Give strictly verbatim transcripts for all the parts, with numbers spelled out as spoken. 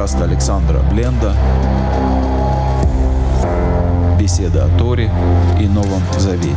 подкаст Александра Бленда «Беседа о Торе и Новом Завете».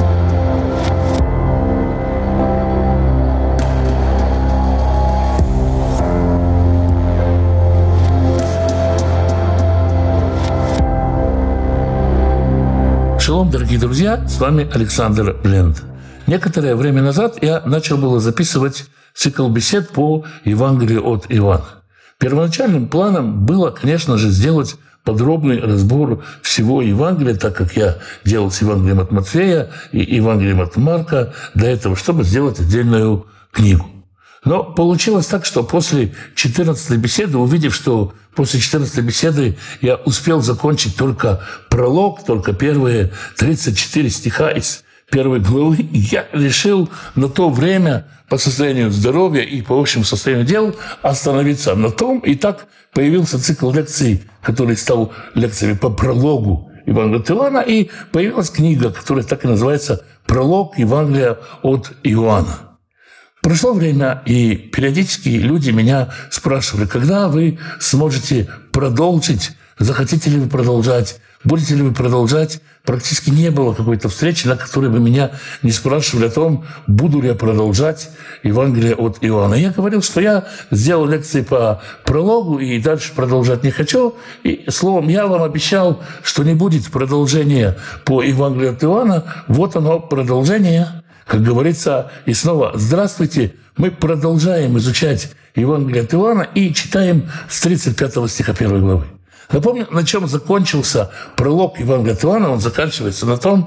Шалом, дорогие друзья, с вами Александр Бленд. Некоторое время назад я начал было записывать цикл бесед по Евангелию от Иоанна. Первоначальным планом было, конечно же, сделать подробный разбор всего Евангелия, так как я делал с Евангелием от Матфея и Евангелием от Марка для этого, чтобы сделать отдельную книгу. Но получилось так, что после четырнадцатой беседы, увидев, что после четырнадцатой беседы я успел закончить только пролог, только первые тридцать четыре стиха из первой главы, я решил на то время по состоянию здоровья и по общему состоянию дел остановиться на том. И так появился цикл лекций, который стал лекциями по прологу Евангелия от Иоанна, и появилась книга, которая так и называется «Пролог Евангелия от Иоанна». Прошло время, и периодически люди меня спрашивали, когда вы сможете продолжить, захотите ли вы продолжать, будете ли вы продолжать. Практически не было какой-то встречи, на которой бы меня не спрашивали о том, буду ли я продолжать Евангелие от Иоанна. Я говорил, что я сделал лекции по прологу и дальше продолжать не хочу. И, словом, я вам обещал, что не будет продолжения по Евангелию от Иоанна. Вот оно, продолжение. Как говорится, и снова «Здравствуйте!» Мы продолжаем изучать Евангелие от Иоанна и читаем с тридцать пятого стиха первой главы. Напомню, на чем закончился пролог Евангелия от Иоанна. Он заканчивается на том,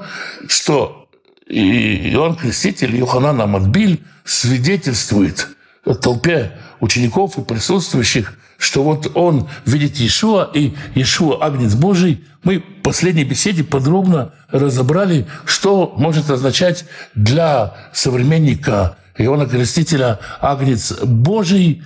что Иоанн Креститель, Йоханан ха-Матбиль, свидетельствует толпе учеников и присутствующих, что вот он видит Иешуа, и Иешуа – Агнец Божий. Мы в последней беседе подробно разобрали, что может означать для современника Иоанна Крестителя Агнец Божий.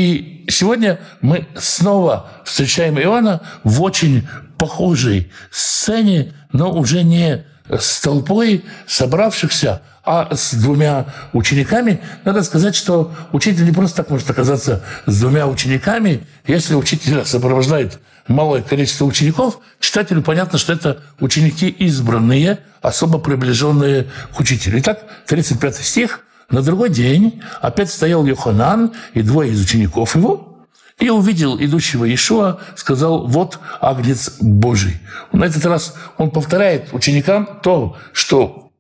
И сегодня мы снова встречаем Иоанна в очень похожей сцене, но уже не с толпой собравшихся, а с двумя учениками. Надо сказать, что учитель не просто так может оказаться с двумя учениками. Если учителя сопровождает малое количество учеников, читателю понятно, что это ученики избранные, особо приближенные к учителю. Итак, тридцать пятый стих. На другой день опять стоял Йоханан и двое из учеников его, и увидел идущего Иешуа, сказал: «Вот Агнец Божий». На этот раз он повторяет ученикам то, что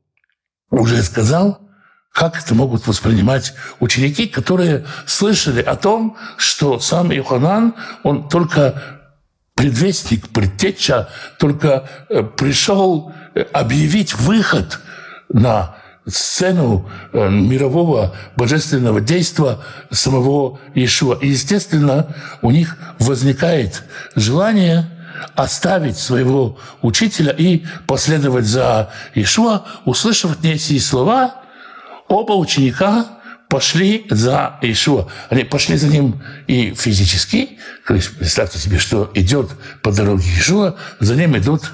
уже сказал. Как это могут воспринимать ученики, которые слышали о том, что сам Йоханан, он только предвестник, предтеча, только пришел объявить выход на сцену мирового божественного действа самого Иешуа. И, естественно, у них возникает желание оставить своего учителя и последовать за Иешуа. Услышав от них эти слова, оба ученика пошли за Иешуа. Они пошли за ним и физически. То есть представьте себе, что идет по дороге Иешуа, за ним идут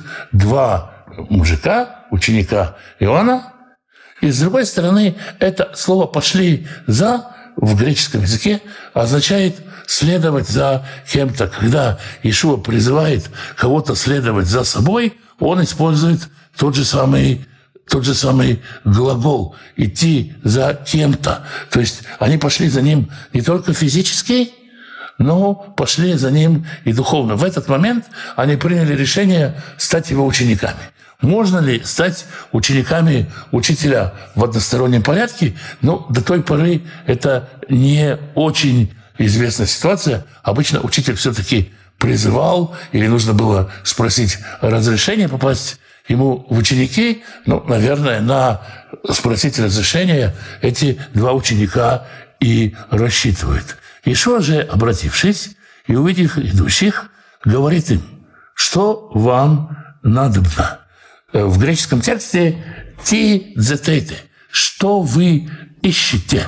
два мужика, ученика Иоанна. И с другой стороны, это слово «пошли за» в греческом языке означает следовать за кем-то. Когда Иешуа призывает кого-то следовать за собой, он использует тот же самый, тот же самый глагол «идти за кем-то». То есть они пошли за ним не только физически, но пошли за ним и духовно. В этот момент они приняли решение стать его учениками. Можно ли стать учениками учителя в одностороннем порядке? Ну, до той поры это не очень известная ситуация. Обычно учитель все-таки призывал, или нужно было спросить разрешение попасть ему в ученики. Ну, наверное, на спросить разрешение эти два ученика и рассчитывают. Иешуа же, обратившись и увидев идущих, говорит им: «Что вам надобно?» В греческом тексте «ти дзетейте» – «что вы ищете?»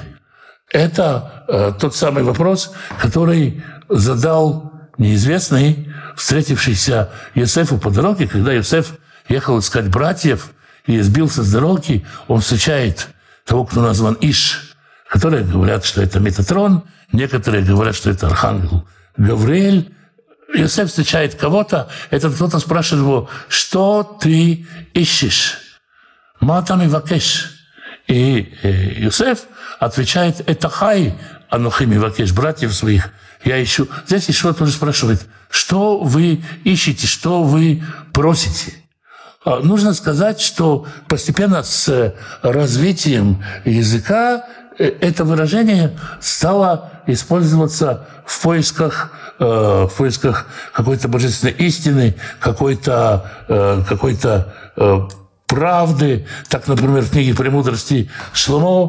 Это э, тот самый вопрос, который задал неизвестный, встретившийся Йосефу по дороге. Когда Йосеф ехал искать братьев и сбился с дороги, он встречает того, кто назван Иш, которые говорят, что это Метатрон, некоторые говорят, что это архангел Гавриэль, Иосиф встречает кого-то, этот кто-то спрашивает его, что ты ищешь? Матам и вакеш. И Иосиф отвечает, это хай, анухим и вакеш, братьев своих я ищу. Здесь Ишуа тоже спрашивает, что вы ищете, что вы просите? Нужно сказать, что постепенно с развитием языка это выражение стало использоваться в поисках, э, в поисках какой-то божественной истины, какой-то, э, какой-то э, правды. Так, например, в книге «Премудрости» Шломо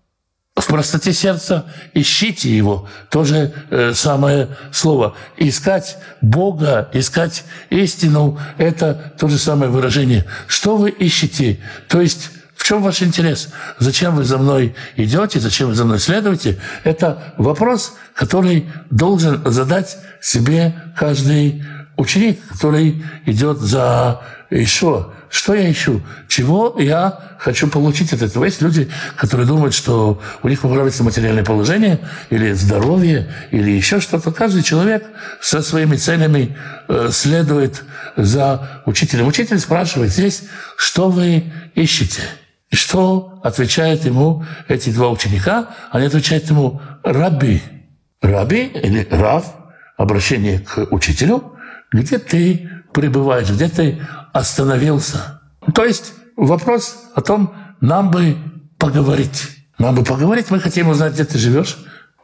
в простоте сердца ищите его. То же э, самое слово. Искать Бога, искать истину – это то же самое выражение. Что вы ищете? То есть в чем ваш интерес? Зачем вы за мной идете? Зачем вы за мной следуете? Это вопрос, который должен задать себе каждый ученик, который идет за Ишуа. Что я ищу? Чего я хочу получить от этого? Есть люди, которые думают, что у них поправится материальное положение или здоровье, или еще что-то. Каждый человек со своими целями следует за учителем. Учитель спрашивает здесь, что вы ищете? И что отвечают ему эти два ученика? Они отвечают ему «Раби». «Раби» или «Рав», обращение к учителю, где ты пребываешь, где ты остановился. То есть вопрос о том, нам бы поговорить. Нам бы поговорить, мы хотим узнать, где ты живешь,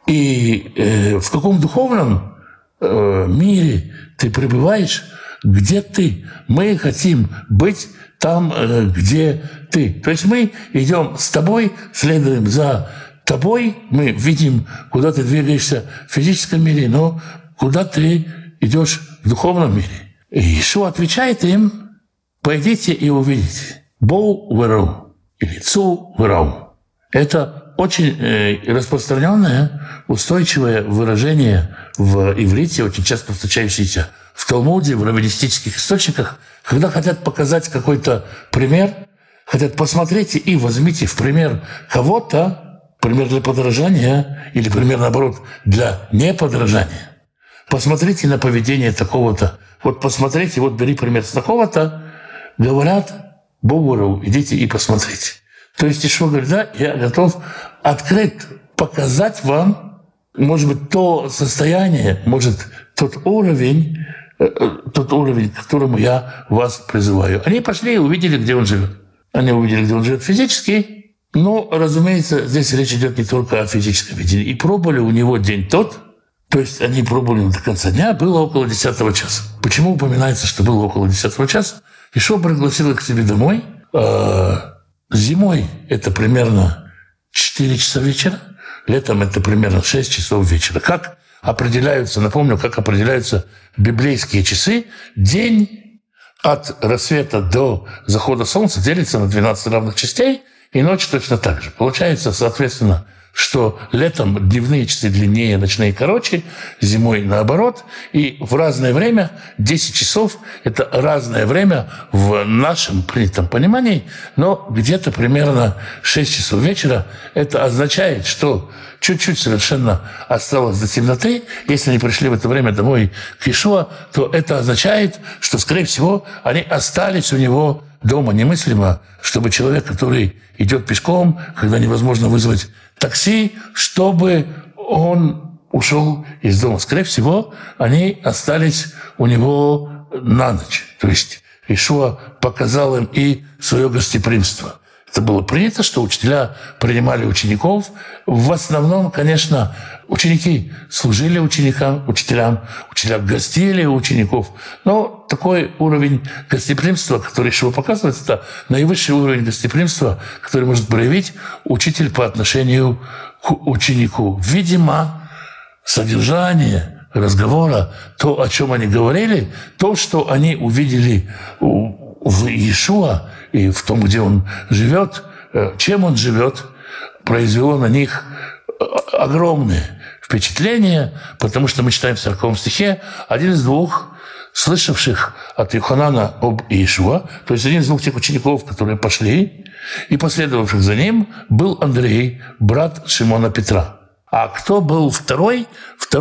и э, в каком духовном э, мире ты пребываешь, где ты. Мы хотим быть там, э, где ты. То есть мы идем с тобой, следуем за тобой, мы видим, куда ты двигаешься в физическом мире, но куда ты идешь в духовном мире. И Иешуа отвечает им, пойдите и увидите. Боу веру или цу веру. Это очень э, распространенное, устойчивое выражение в иврите, очень часто встречающееся в Талмуде, в раввинистических источниках, когда хотят показать какой-то пример, хотят посмотрите и возьмите в пример кого-то, пример для подражания или пример, наоборот, для неподражания. Посмотрите на поведение такого-то. Вот посмотрите, вот бери пример с такого-то. Говорят, Богу, идите и посмотрите. То есть Ишуа говорит, да, я готов открыт показать вам, может быть, то состояние, может, тот уровень, тот уровень, к которому я вас призываю. Они пошли и увидели, где он живет. Они увидели, где он живет физически. Но, разумеется, здесь речь идет не только о физическом видении. И пробовали у него день тот, то есть они пробовали до конца дня, было около десятого часа. Почему упоминается, что было около десятого часа? Ишуа пригласил их к себе домой. Зимой это примерно четыре часа вечера, летом это примерно шесть часов вечера. Как определяются, напомню, как определяются библейские часы? День от рассвета до захода солнца делится на двенадцать равных частей, и ночь точно так же. Получается, соответственно, что летом дневные часы длиннее, ночные короче, зимой наоборот. И в разное время, десять часов – это разное время в нашем принятом понимании, но где-то примерно шесть часов вечера. Это означает, что чуть-чуть совершенно осталось до темноты. Если они пришли в это время домой к Иешуа, то это означает, что, скорее всего, они остались у него дома. Немыслимо, чтобы человек, который идет пешком, когда невозможно вызвать такси, чтобы он ушел из дома. Скорее всего, они остались у него на ночь. То есть Иешуа показал им и свое гостеприимство. Это было принято, что учителя принимали учеников. В основном, конечно, ученики служили ученикам, учителям, учителя гостили у учеников. Но такой уровень гостеприимства, который Иешуа показывает, это наивысший уровень гостеприимства, который может проявить учитель по отношению к ученику. Видимо, содержание разговора, то, о чем они говорили, то, что они увидели в Иешуа и в том, где он живет, чем он живет, произвело на них огромное впечатление, потому что мы читаем в сороковом стихе один из двух слышавших от Йоханана об Иешуа, то есть один из двух тех учеников, которые пошли, и последовавших за ним, был Андрей, брат Шимона Петра. А кто был второй? Второй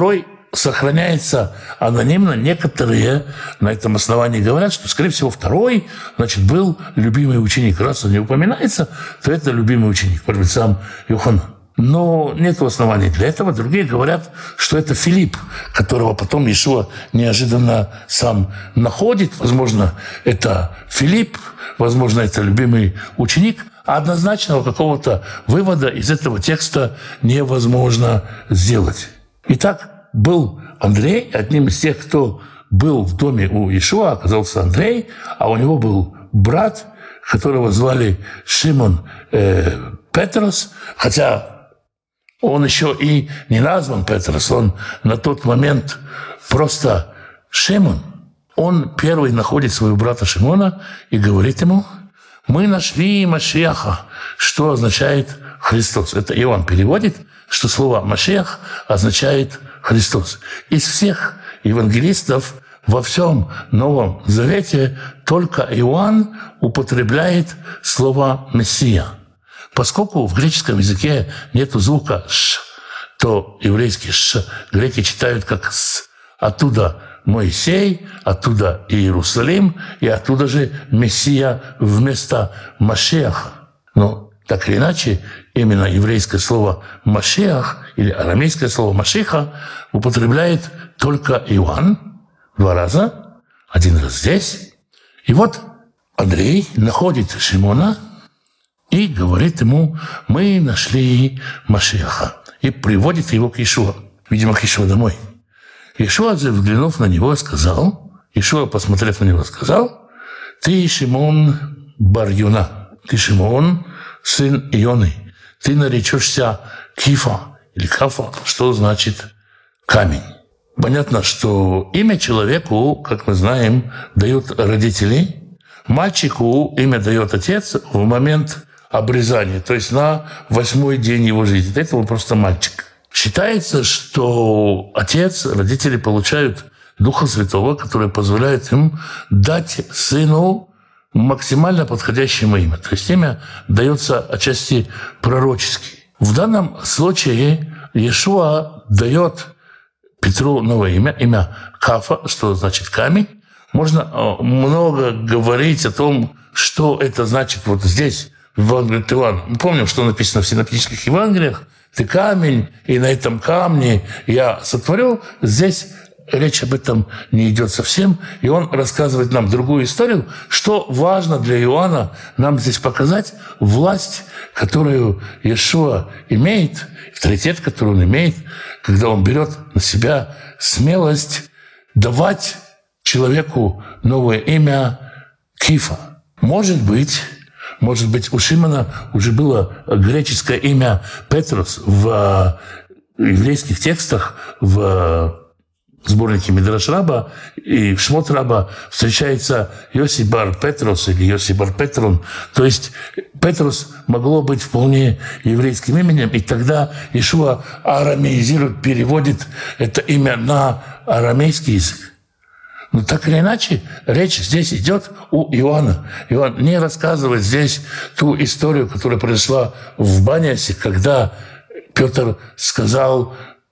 сохраняется анонимно. Некоторые на этом основании говорят, что, скорее всего, второй, значит, был любимый ученик. Раз он не упоминается, то это любимый ученик, может быть, сам Иоанн. Но нет оснований для этого. Другие говорят, что это Филипп, которого потом Иешуа неожиданно сам находит. Возможно, это Филипп, возможно, это любимый ученик. А однозначного какого-то вывода из этого текста невозможно сделать. Итак, был Андрей, одним из тех, кто был в доме у Иешуа, оказался Андрей, а у него был брат, которого звали Шимон э, Петрос, хотя он еще и не назван Петрос, он на тот момент просто Шимон. Он первый находит своего брата Шимона и говорит ему: «Мы нашли Машиаха», что означает «Христос». Это Иоанн переводит, что слово «Машиах» означает «Христос». Из всех евангелистов во всем Новом Завете только Иоанн употребляет слово «Мессия». Поскольку в греческом языке нет звука «ш», то еврейский «ш» греки читают как «с». Оттуда Моисей, оттуда Иерусалим, и оттуда же Мессия вместо Машиаха. Но так или иначе, именно еврейское слово «Машиах» или арамейское слово «Машиха» употребляет только Иоанн два раза, один раз здесь. И вот Андрей находит Шимона и говорит ему: «Мы нашли Машиаха», и приводит его к Иешуа, видимо, к Иешуа домой. Иешуа, взглянув на него, сказал, Иешуа, посмотрев на него, сказал: «Ты Шимон Бар-Йона, ты Шимон, сын Ионы, ты наречешься Кифа или Кафа, что значит камень». Понятно, что имя человеку, как мы знаем, дают родители, мальчику имя дает отец в момент обрезания, то есть на восьмой день его жизни. Это он просто мальчик. Считается, что отец, родители получают Духа Святого, который позволяет им дать сыну максимально подходящее имя. То есть имя дается отчасти пророчески. В данном случае Иешуа дает Петру новое имя, имя Кафа, что значит камень. Можно много говорить о том, что это значит вот здесь, в Евангелии от Иоанна. Мы помним, что написано в синоптических Евангелиях: «Ты камень, и на этом камне я сотворю». Здесь речь об этом не идет совсем. И он рассказывает нам другую историю, что важно для Иоанна нам здесь показать: власть, которую Иешуа имеет, авторитет, который он имеет, когда он берет на себя смелость давать человеку новое имя Кифа. Может быть, Может быть, у Шимона уже было греческое имя Петрос. В еврейских текстах, в сборнике Мидраш Раба и в Шмот Раба встречается Йоси бар Петрос или Йоси бар Петрон. То есть Петрос могло быть вполне еврейским именем, и тогда Иешуа арамеизирует, переводит это имя на арамейский язык. Но так или иначе, речь здесь идет у Иоанна. Иоанн не рассказывает здесь ту историю, которая произошла в Баниасе, когда Петр сказал,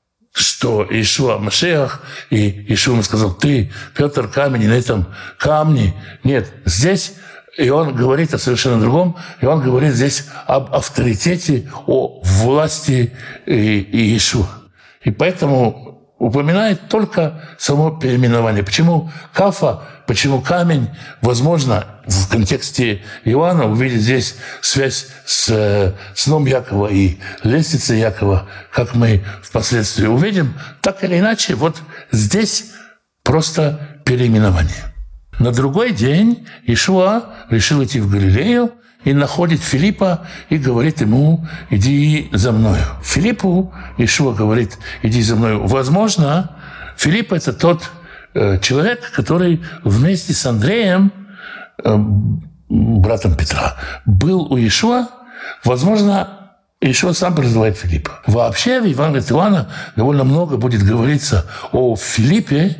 что Иешуа Машиах, и Иешуа ему сказал: «Ты, Петр, камень, и на этом камне». Нет, здесь Иоанн говорит о совершенно другом. Иоанн говорит здесь об авторитете, о власти Иешуа. И поэтому упоминает только само переименование. Почему Кафа, почему камень? Возможно, в контексте Иоанна увидеть здесь связь с сном Якова и лестницей Якова, как мы впоследствии увидим. Так или иначе, вот здесь просто переименование. На другой день Иешуа решил идти в Галилею и находит Филиппа и говорит ему: «Иди за мною». Филиппу Иешуа говорит: «Иди за мною». Возможно, Филипп – это тот э, человек, который вместе с Андреем, э, братом Петра, был у Иешуа. Возможно, Иешуа сам призывает Филиппа. Вообще в Евангелии от Иоанна довольно много будет говориться о Филиппе,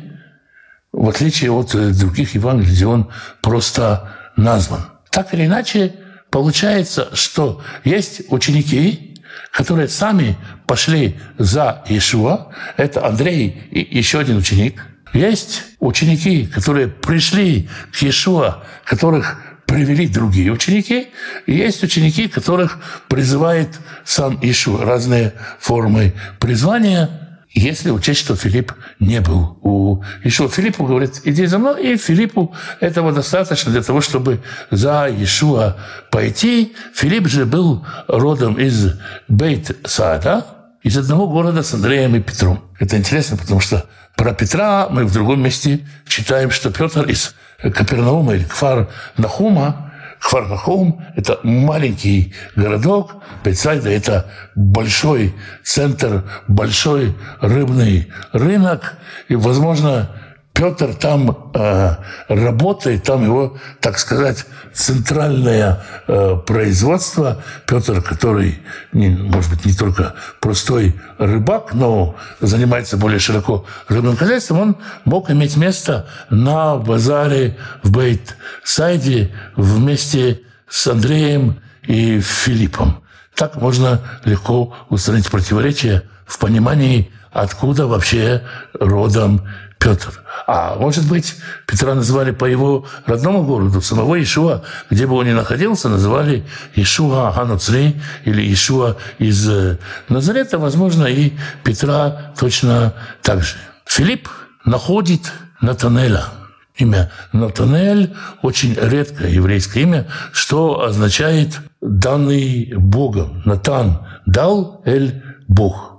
в отличие от других Евангелий, где он просто назван. Так или иначе, получается, что есть ученики, которые сами пошли за Иешуа. Это Андрей и еще один ученик. Есть ученики, которые пришли к Иешуа, которых привели другие ученики. И есть ученики, которых призывает сам Иешуа. Разные формы призвания. Если учесть, что Филипп не был у Иешуа. Филиппу говорит: иди за мной, и Филиппу этого достаточно для того, чтобы за Иешуа пойти. Филипп же был родом из Бейт-Саада, из одного города с Андреем и Петром. Это интересно, потому что про Петра мы в другом месте читаем, что Петр из Капернаума или Кфар-Нахума. Кфар-Нахум – это маленький городок, Бейт-Саида – это большой центр, большой рыбный рынок. И, возможно, Петр там э, работает, там его, так сказать, центральное э, производство. Петр, который, не, может быть, не только простой рыбак, но занимается более широко рыбным хозяйством, он мог иметь место на базаре в Бейт-Саиде вместе с Андреем и Филиппом. Так можно легко устранить противоречия в понимании, откуда вообще родом Петр. А может быть, Петра называли по его родному городу, самого Иешуа, где бы он ни находился, называли Иешуа ха-Ноцри или Иешуа из Назарета. Возможно, и Петра точно так же. Филипп находит Натанеля. Имя Натанель – очень редкое еврейское имя, что означает «данный Богом». Натан – дал, Эль – Бог.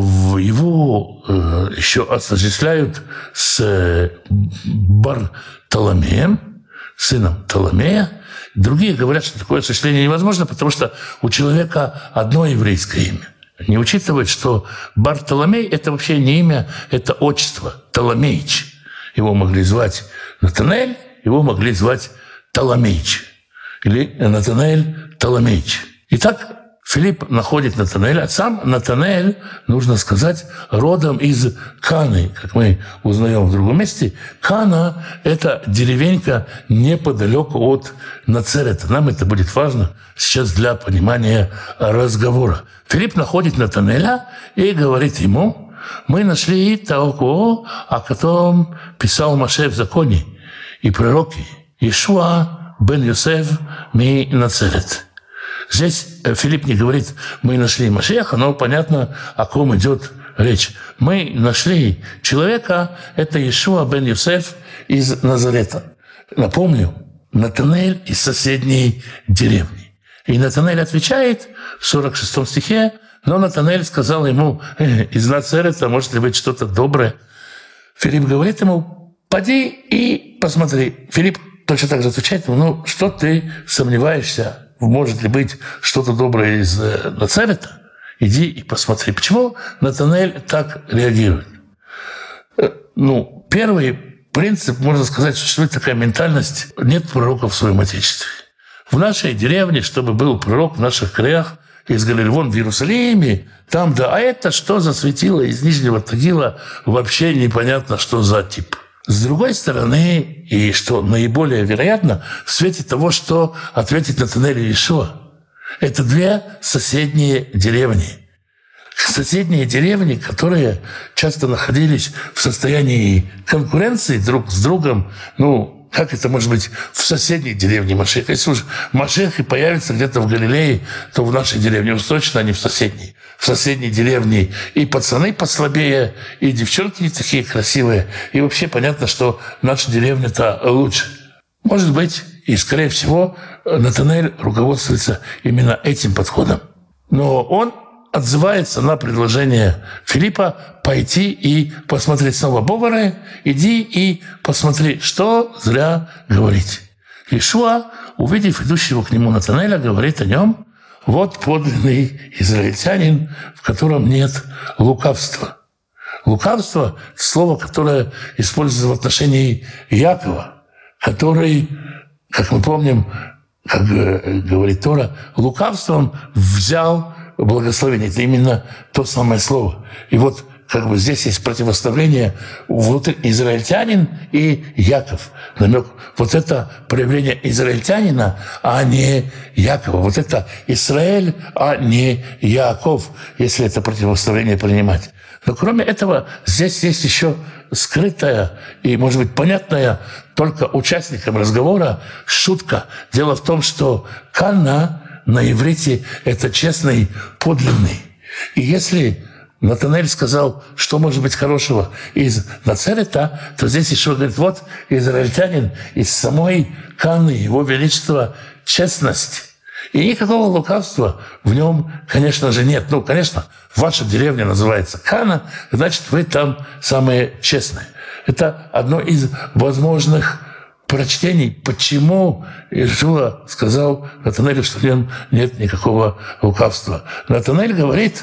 Его э, еще отождествляют с Бар-Толомеем, сыном Толомея. Другие говорят, что такое осуществление невозможно, потому что у человека одно еврейское имя. Не учитывают, что Бар-Толомей – это вообще не имя, это отчество, Толомеич. Его могли звать Натанель, его могли звать Толомеич. Или Натанель Толомеич. Итак, Филипп находит Натанеля, а сам Натанель, нужно сказать, родом из Каны, как мы узнаем в другом месте. Кана – это деревенька неподалеку от Нацерета. Нам это будет важно сейчас для понимания разговора. Филипп находит Натанеля и говорит ему: мы нашли того, о котором писал Моше в законе и пророки, Иешуа бен Йосеф ми Нацерет. Здесь Филипп не говорит: мы нашли Машеха, но понятно, о ком идет речь. Мы нашли человека, это Иешуа бен Йосеф из Назарета. Напомню, Натанель из соседней деревни. И Натанель отвечает в сорок шестом стихе: но Натанель сказал ему: э, из Назарета может ли быть что-то доброе? Филипп говорит ему: поди и посмотри. Филипп точно так же отвечает ему: ну, что ты сомневаешься? Может ли быть что-то доброе из Нацерета? Иди и посмотри. Почему Натанель так реагирует? Ну, первый принцип, можно сказать, существует такая ментальность: нет пророка в своем Отечестве. В нашей деревне, чтобы был пророк в наших краях, из Галильвон в Иерусалиме, там, да, а это что за светило из Нижнего Тагила, вообще непонятно, что за тип. С другой стороны, и что наиболее вероятно, в свете того, что ответит Натанель Иешуа, это две соседние деревни. Соседние деревни, которые часто находились в состоянии конкуренции друг с другом. Ну, как это может быть в соседней деревне Машеха? Если уж Машех и появится где-то в Галилее, то в нашей деревне уж точно, а не в соседней. В соседней деревне и пацаны послабее, и девчонки не такие красивые. И вообще понятно, что наша деревня-то лучше. Может быть, и, скорее всего, Натанель руководствуется именно этим подходом. Но он отзывается на предложение Филиппа пойти и посмотреть. Снова Боваре, иди и посмотри, что зря говорить. Иешуа, увидев идущего к нему Натанеля, говорит о нем: вот подлинный израильтянин, в котором нет лукавства. Лукавство – слово, которое используется в отношении Якова, который, как мы помним, как говорит Тора, лукавством взял благословение. Это именно то самое слово. И вот как бы здесь есть противоставление вот израильтянин и Яков. Намек, вот это проявление израильтянина, а не Якова. Вот это Израиль, а не Яков, если это противоставление принимать. Но кроме этого, здесь есть еще скрытая и, может быть, понятная только участникам разговора шутка. Дело в том, что Канна на иврите – это честный, подлинный. И если Натанаэль сказал, что может быть хорошего из Нацарета, то здесь еще говорит, вот израильтянин из самой Канны, его величество, честность. И никакого лукавства в нем, конечно же, нет. Ну, конечно, ваша деревня называется Кана, значит, вы там самые честные. Это одно из возможных прочтений, почему Иешуа сказал Натанаэлю, что в нем нет никакого лукавства. Натанаэль говорит,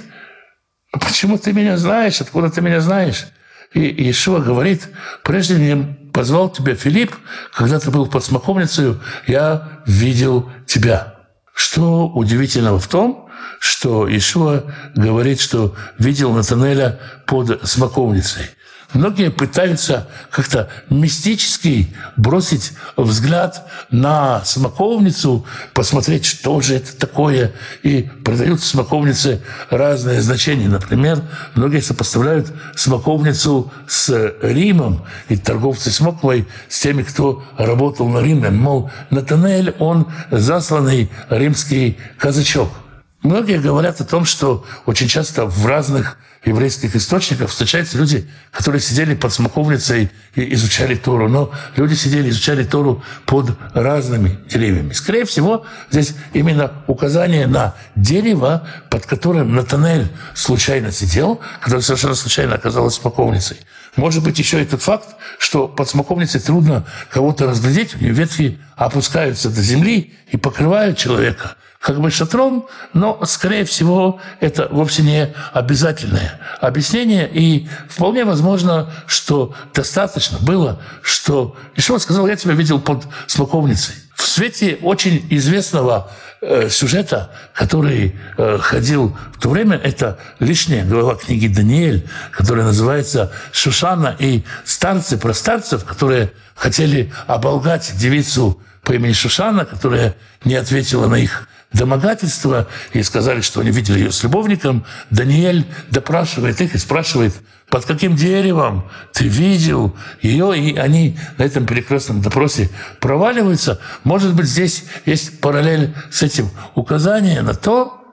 почему ты меня знаешь, откуда ты меня знаешь? И Иешуа говорит, прежде чем позвал тебя Филипп, когда ты был под смоковницей, я видел тебя. Что удивительного в том, что Иешуа говорит, что видел Натанаэля под смоковницей. Многие пытаются как-то мистически бросить взгляд на смоковницу, посмотреть, что же это такое, и придают смоковнице разные значения. Например, многие сопоставляют смоковницу с Римом, и торговцы смоквой с теми, кто работал на Риме. Мол, Натанаэль, он засланный римский казачок. Многие говорят о том, что очень часто в разных еврейских источниках встречаются люди, которые сидели под смоковницей и изучали Тору. Но люди сидели, изучали Тору под разными деревьями. Скорее всего, здесь именно указание на дерево, под которым Натанаэль случайно сидел, которое совершенно случайно оказалось смоковницей. Может быть, еще и тот факт, что под смоковницей трудно кого-то разглядеть, у нее ветви опускаются до земли и покрывают человека как бы шатром, но, скорее всего, это вовсе не обязательное объяснение, и вполне возможно, что достаточно было, что Иешуа сказал, я тебя видел под смоковницей. В свете очень известного э, сюжета, который э, ходил в то время, это лишняя глава книги Даниэль, которая называется «Шушана и старцы», про старцев, которые хотели оболгать девицу по имени Шушана, которая не ответила на их домогательства, и сказали, что они видели ее с любовником. Даниэль допрашивает их и спрашивает, под каким деревом ты видел ее, и они на этом перекрестном допросе проваливаются. Может быть, здесь есть параллель с этим указание на то,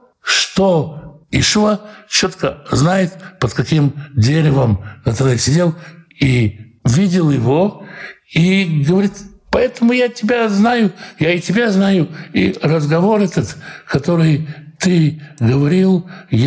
что Иешуа четко знает, под каким деревом Натанаэль сидел, и видел его, и говорит, поэтому я тебя знаю, я и тебя знаю, и разговор этот, который ты говорил,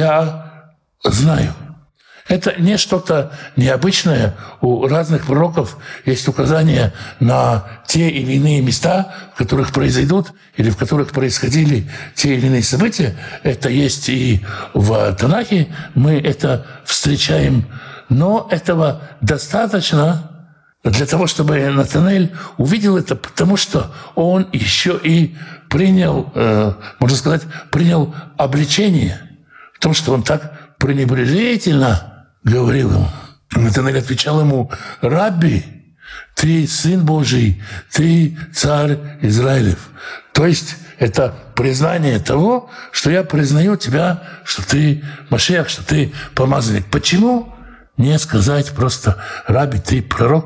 я знаю. Это не что-то необычное. У разных пророков есть указания на те или иные места, в которых произойдут или в которых происходили те или иные события. Это есть и в Танахе, мы это встречаем. Но этого достаточно для того, чтобы Натанаэль увидел это, потому что он еще и принял, э, можно сказать, принял обличение в том, что он так пренебрежительно говорил ему. Натанаэль отвечал ему, «Рабби, ты сын Божий, ты царь Израилев». То есть это признание того, что я признаю тебя, что ты Машиах, что ты помазанник. Почему не сказать просто «Рабби, ты пророк»?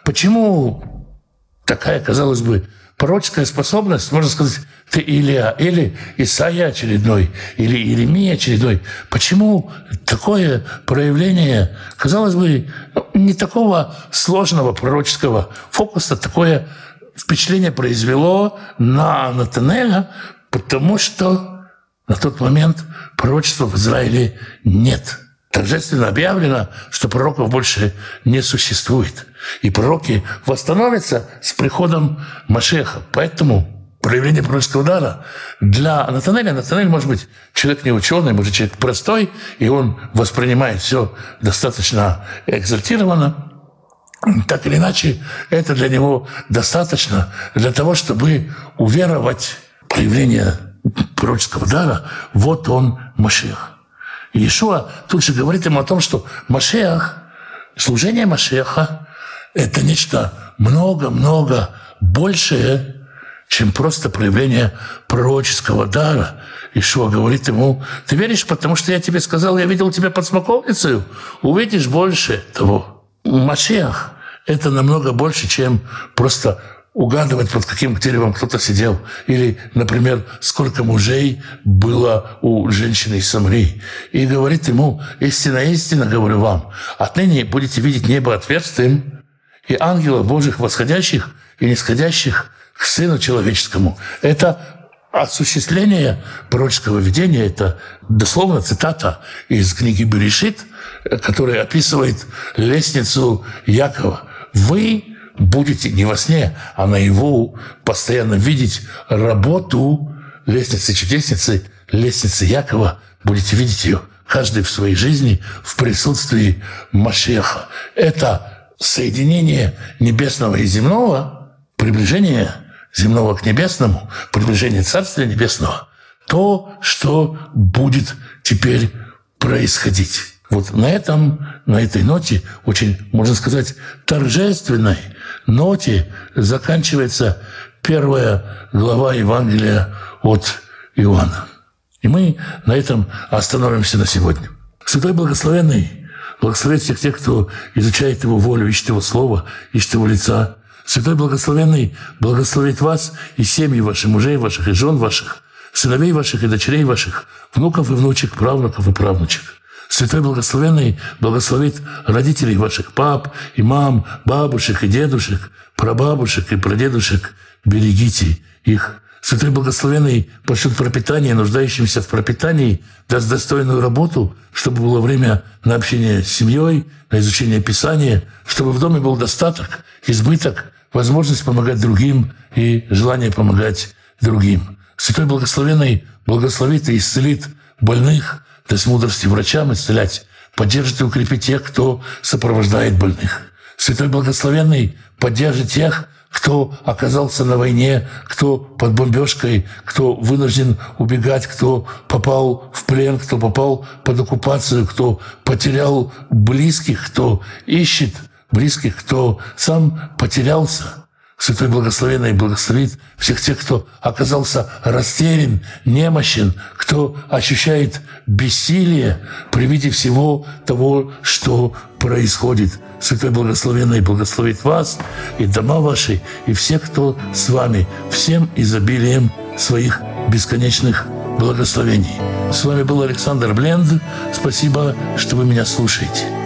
Почему такая, казалось бы, пророческая способность, можно сказать, ты Илия, или Исаия очередной, или Иеремия очередной. Почему такое проявление, казалось бы, не такого сложного пророческого фокуса, такое впечатление произвело на Натанаэля, потому что на тот момент пророчества в Израиле нет. Торжественно объявлено, что пророков больше не существует. И пророки восстановятся с приходом Машеха. Поэтому проявление пророческого дара для Натанаэля. Натанаэль, может быть, человек не ученый, может, человек простой, и он воспринимает все достаточно экзальтированно. Так или иначе, это для него достаточно для того, чтобы уверовать в проявление пророческого дара. Вот он, Машех. И Иешуа тут же говорит ему о том, что Машиах, служение Машиаха – это нечто много-много большее, чем просто проявление пророческого дара. Иешуа говорит ему: ты веришь, потому что я тебе сказал, я видел тебя под смоковницей, увидишь больше того. Машиах – это намного больше, чем просто угадывать, под каким деревом кто-то сидел. Или, например, сколько мужей было у женщины из Самарии. И говорит ему: истинно, истинно говорю вам, отныне будете видеть небо отверстием и ангелов Божьих восходящих и нисходящих к Сыну Человеческому. Это осуществление пророческого видения, это дословно цитата из книги Берешит, которая описывает лестницу Якова. Вы будете не во сне, а наяву постоянно видеть работу лестницы чудесницы, лестницы Якова. Будете видеть ее каждый в своей жизни в присутствии Машиаха. Это соединение небесного и земного, приближение земного к небесному, приближение Царствия Небесного, то, что будет теперь происходить. Вот на этом, на этой ноте, очень, можно сказать, торжественной ноте заканчивается первая глава Евангелия от Иоанна. И мы на этом остановимся на сегодня. Святой Благословенный благословит всех тех, кто изучает Его волю, ищет Его Слово, ищет Его лица. Святой Благословенный благословит вас и семьи ваших, мужей ваших и жен ваших, сыновей ваших и дочерей ваших, внуков и внучек, правнуков и правнучек. Святой Благословенный благословит родителей ваших, пап и мам, бабушек и дедушек, прабабушек и прадедушек. Берегите их. Святой Благословенный пошлет пропитание нуждающимся в пропитании, даст достойную работу, чтобы было время на общение с семьей, на изучение Писания, чтобы в доме был достаток, избыток, возможность помогать другим и желание помогать другим. Святой Благословенный благословит и исцелит больных, даст мудрости врачам исцелять, поддержит и укрепит тех, кто сопровождает больных. Святой Благословенный поддержит тех, кто оказался на войне, кто под бомбежкой, кто вынужден убегать, кто попал в плен, кто попал под оккупацию, кто потерял близких, кто ищет близких, кто сам потерялся. Святой Благословенный благословит всех тех, кто оказался растерян, немощен, кто ощущает бессилие при виде всего того, что происходит. Святой Благословенный благословит вас и дома ваши, и всех, кто с вами, всем изобилием своих бесконечных благословений. С вами был Александр Бленд. Спасибо, что вы меня слушаете.